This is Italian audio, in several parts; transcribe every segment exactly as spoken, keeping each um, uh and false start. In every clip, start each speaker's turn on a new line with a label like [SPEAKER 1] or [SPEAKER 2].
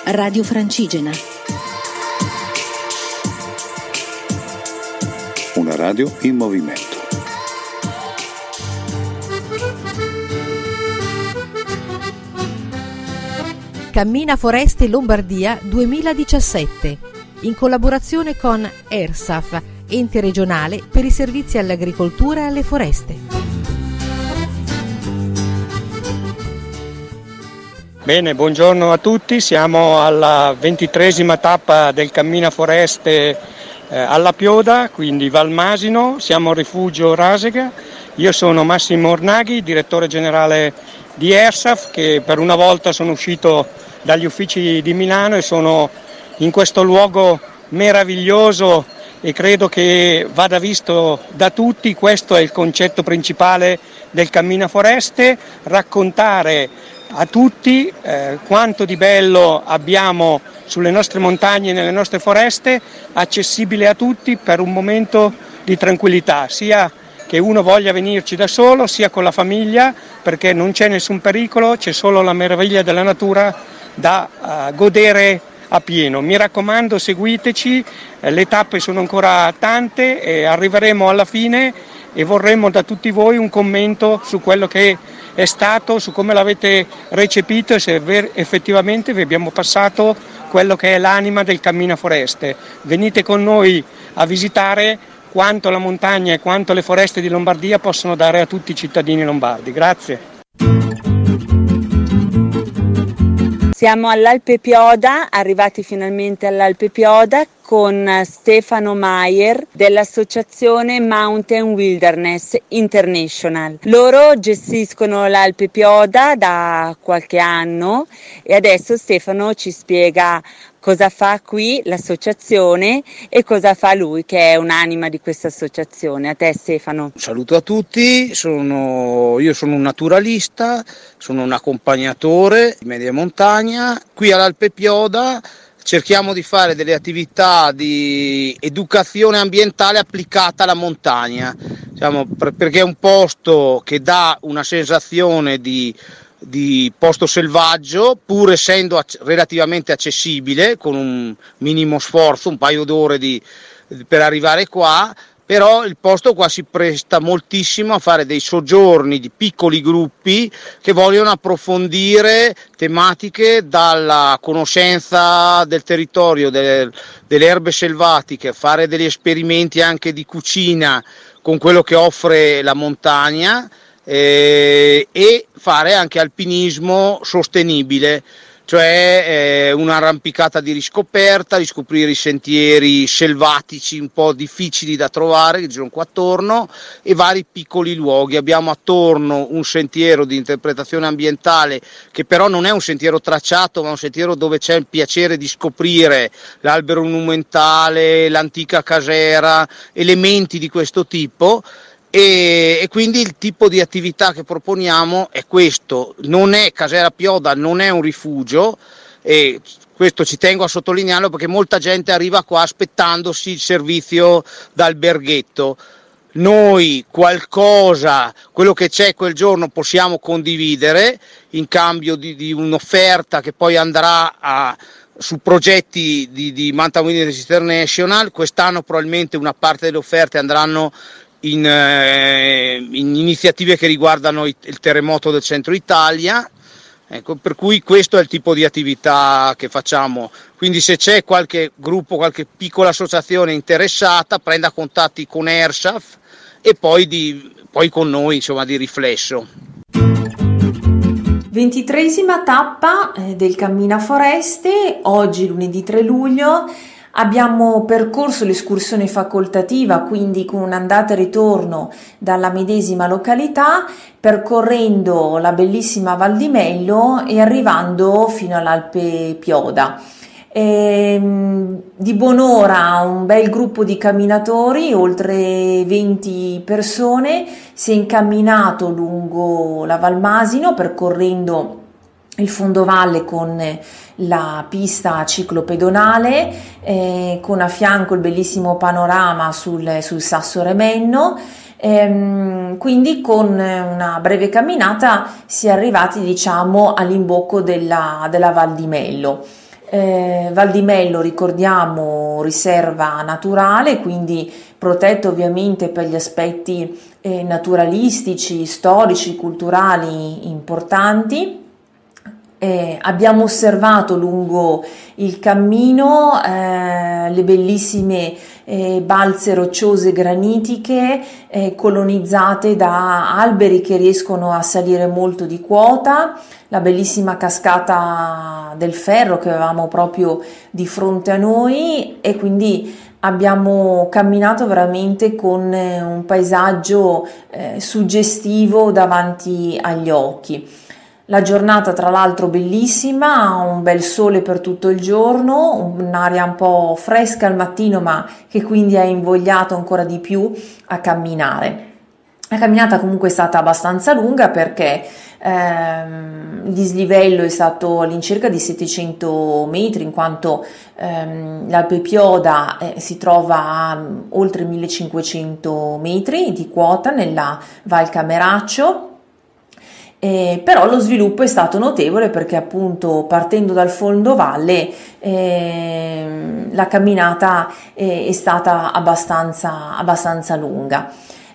[SPEAKER 1] Radio Francigena.
[SPEAKER 2] Una radio in movimento.
[SPEAKER 3] Cammina Foreste Lombardia duemiladiciassette, in collaborazione con ERSAF, ente regionale per i servizi all'agricoltura e alle foreste.
[SPEAKER 4] Bene, buongiorno a tutti, siamo alla ventitreesima tappa del Cammina Foreste eh, alla Pioda, quindi Valmasino, siamo al rifugio Rasega. Io sono Massimo Ornaghi, direttore generale di ERSAF, che per una volta sono uscito dagli uffici di Milano e sono in questo luogo meraviglioso e credo che vada visto da tutti. Questo è il concetto principale del Cammina Foreste: raccontare a tutti eh, quanto di bello abbiamo sulle nostre montagne e nelle nostre foreste, accessibile a tutti per un momento di tranquillità, sia che uno voglia venirci da solo, sia con la famiglia, perché non c'è nessun pericolo, c'è solo la meraviglia della natura da uh, godere a pieno. Mi raccomando, seguiteci, eh, le tappe sono ancora tante e arriveremo alla fine e vorremmo da tutti voi un commento su quello che è stato, su come l'avete recepito e se ver- effettivamente vi abbiamo passato quello che è l'anima del Cammina Foreste. Venite con noi a visitare quanto la montagna e quanto le foreste di Lombardia possono dare a tutti i cittadini lombardi. Grazie.
[SPEAKER 5] Siamo all'Alpe Pioda, arrivati finalmente all'Alpe Pioda con Stefano Maier dell'associazione Mountain Wilderness International. Loro gestiscono l'Alpe Pioda da qualche anno e adesso Stefano ci spiega cosa fa qui l'associazione e cosa fa lui, che è un'anima di questa associazione. A te, Stefano.
[SPEAKER 6] Un saluto a tutti, sono, io sono un naturalista, sono un accompagnatore di media montagna. Qui all'Alpe Pioda cerchiamo di fare delle attività di educazione ambientale applicata alla montagna, diciamo, perché è un posto che dà una sensazione di di posto selvaggio, pur essendo ac- relativamente accessibile, con un minimo sforzo, un paio d'ore di, per arrivare qua, però il posto qua si presta moltissimo a fare dei soggiorni di piccoli gruppi che vogliono approfondire tematiche dalla conoscenza del territorio, del, delle erbe selvatiche, fare degli esperimenti anche di cucina con quello che offre la montagna, Eh, e fare anche alpinismo sostenibile, cioè eh, un'arrampicata di riscoperta, riscoprire i sentieri selvatici un po' difficili da trovare che girano qua attorno e vari piccoli luoghi. Abbiamo attorno un sentiero di interpretazione ambientale che però non è un sentiero tracciato, ma un sentiero dove c'è il piacere di scoprire l'albero monumentale, l'antica casera, elementi di questo tipo. E, e quindi il tipo di attività che proponiamo è questo: non è Casera Pioda, non è un rifugio, e questo ci tengo a sottolinearlo perché molta gente arriva qua aspettandosi il servizio d'alberghetto. Noi qualcosa, quello che c'è quel giorno possiamo condividere in cambio di, di un'offerta che poi andrà a su progetti di, di Mountain Wilderness International. Quest'anno probabilmente una parte delle offerte andranno In, eh, in iniziative che riguardano il, il terremoto del centro Italia, ecco, per cui questo è il tipo di attività che facciamo. Quindi se c'è qualche gruppo, qualche piccola associazione interessata, prenda contatti con ERSAF e poi, di, poi con noi, insomma, di riflesso.
[SPEAKER 7] ventitreesima tappa eh, del Cammina Foreste, oggi lunedì tre luglio. Abbiamo percorso l'escursione facoltativa, quindi con un'andata e ritorno dalla medesima località, percorrendo la bellissima Val di Mello e arrivando fino all'Alpe Pioda. E, di buon'ora un bel gruppo di camminatori, oltre venti persone, si è incamminato lungo la Val Masino percorrendo il fondovalle con la pista ciclopedonale, eh, con a fianco il bellissimo panorama sul, sul Sasso Remenno. Ehm, quindi con una breve camminata si è arrivati, diciamo, all'imbocco della, della Val di Mello. Eh, Val di Mello, ricordiamo, riserva naturale, quindi protetta ovviamente per gli aspetti eh, naturalistici, storici, culturali importanti. Eh, abbiamo osservato lungo il cammino eh, le bellissime eh, balze rocciose granitiche eh, colonizzate da alberi che riescono a salire molto di quota, la bellissima cascata del Ferro che avevamo proprio di fronte a noi, e quindi abbiamo camminato veramente con eh, un paesaggio eh, suggestivo davanti agli occhi. La giornata tra l'altro bellissima, un bel sole per tutto il giorno, un'aria un po' fresca al mattino ma che quindi ha invogliato ancora di più a camminare. La camminata comunque è stata abbastanza lunga perché ehm, il dislivello è stato all'incirca di settecento metri, in quanto ehm, l'Alpe Pioda eh, si trova a um, oltre millecinquecento metri di quota nella Val Cameraccio. Eh, però lo sviluppo è stato notevole perché appunto partendo dal fondovalle eh, la camminata eh, è stata abbastanza, abbastanza lunga.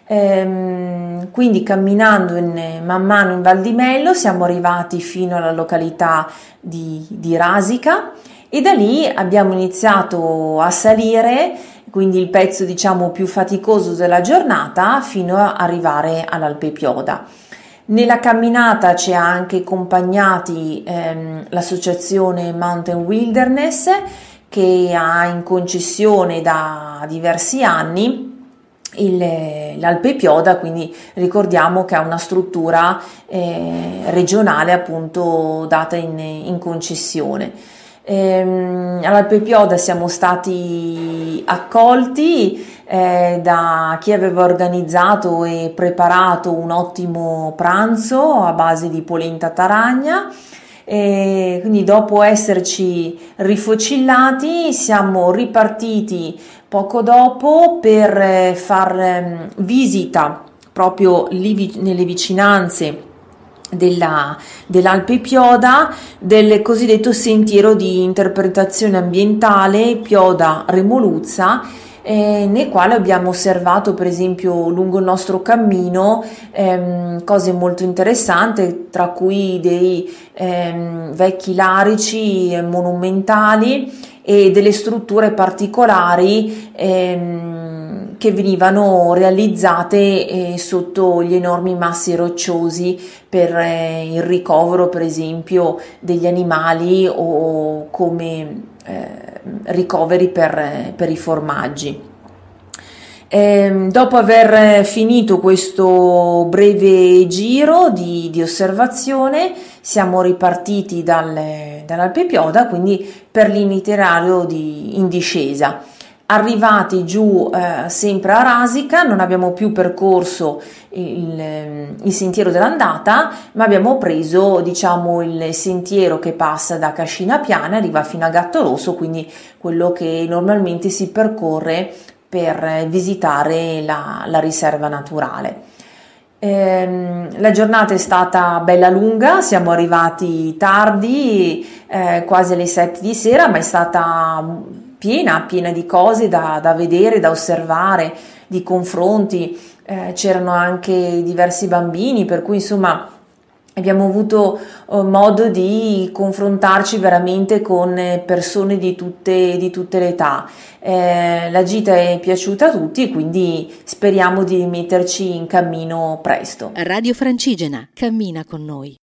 [SPEAKER 7] Eh, quindi camminando in, man mano in Val di Mello siamo arrivati fino alla località di, di Rasica, e da lì abbiamo iniziato a salire, quindi il pezzo diciamo più faticoso della giornata, fino ad arrivare all'Alpe Pioda. Nella camminata ci ha anche accompagnati ehm, l'associazione Mountain Wilderness, che ha in concessione da diversi anni il, l'Alpe Pioda, quindi ricordiamo che ha una struttura eh, regionale appunto data in, in concessione. Ehm, all'Alpe Pioda siamo stati accolti eh, da chi aveva organizzato e preparato un ottimo pranzo a base di polenta taragna, e quindi dopo esserci rifocillati siamo ripartiti poco dopo per far visita proprio lì nelle vicinanze Della, dell'Alpe Pioda del cosiddetto sentiero di interpretazione ambientale Pioda Remoluzza, eh, nel quale abbiamo osservato per esempio lungo il nostro cammino ehm, cose molto interessanti, tra cui dei ehm, vecchi larici monumentali e delle strutture particolari ehm, che venivano realizzate eh, sotto gli enormi massi rocciosi per eh, il ricovero per esempio degli animali o come eh, ricoveri per, per i formaggi. Eh, dopo aver finito questo breve giro di, di osservazione siamo ripartiti dal, dall'Alpe Pioda, quindi per l'itinerario di, in discesa. Arrivati giù eh, sempre a Rasica non abbiamo più percorso il, il sentiero dell'andata, ma abbiamo preso diciamo il sentiero che passa da Cascina Piana e arriva fino a Gatto Rosso, quindi quello che normalmente si percorre per visitare la, la riserva naturale. Eh, la giornata è stata bella lunga, siamo arrivati tardi, eh, quasi alle sette di sera, ma è stata piena, piena di cose da, da vedere, da osservare, di confronti, eh, c'erano anche diversi bambini, per cui insomma abbiamo avuto eh, modo di confrontarci veramente con persone di tutte, di tutte le età. Eh, la gita è piaciuta a tutti e quindi speriamo di rimetterci in cammino presto.
[SPEAKER 3] Radio Francigena, cammina con noi.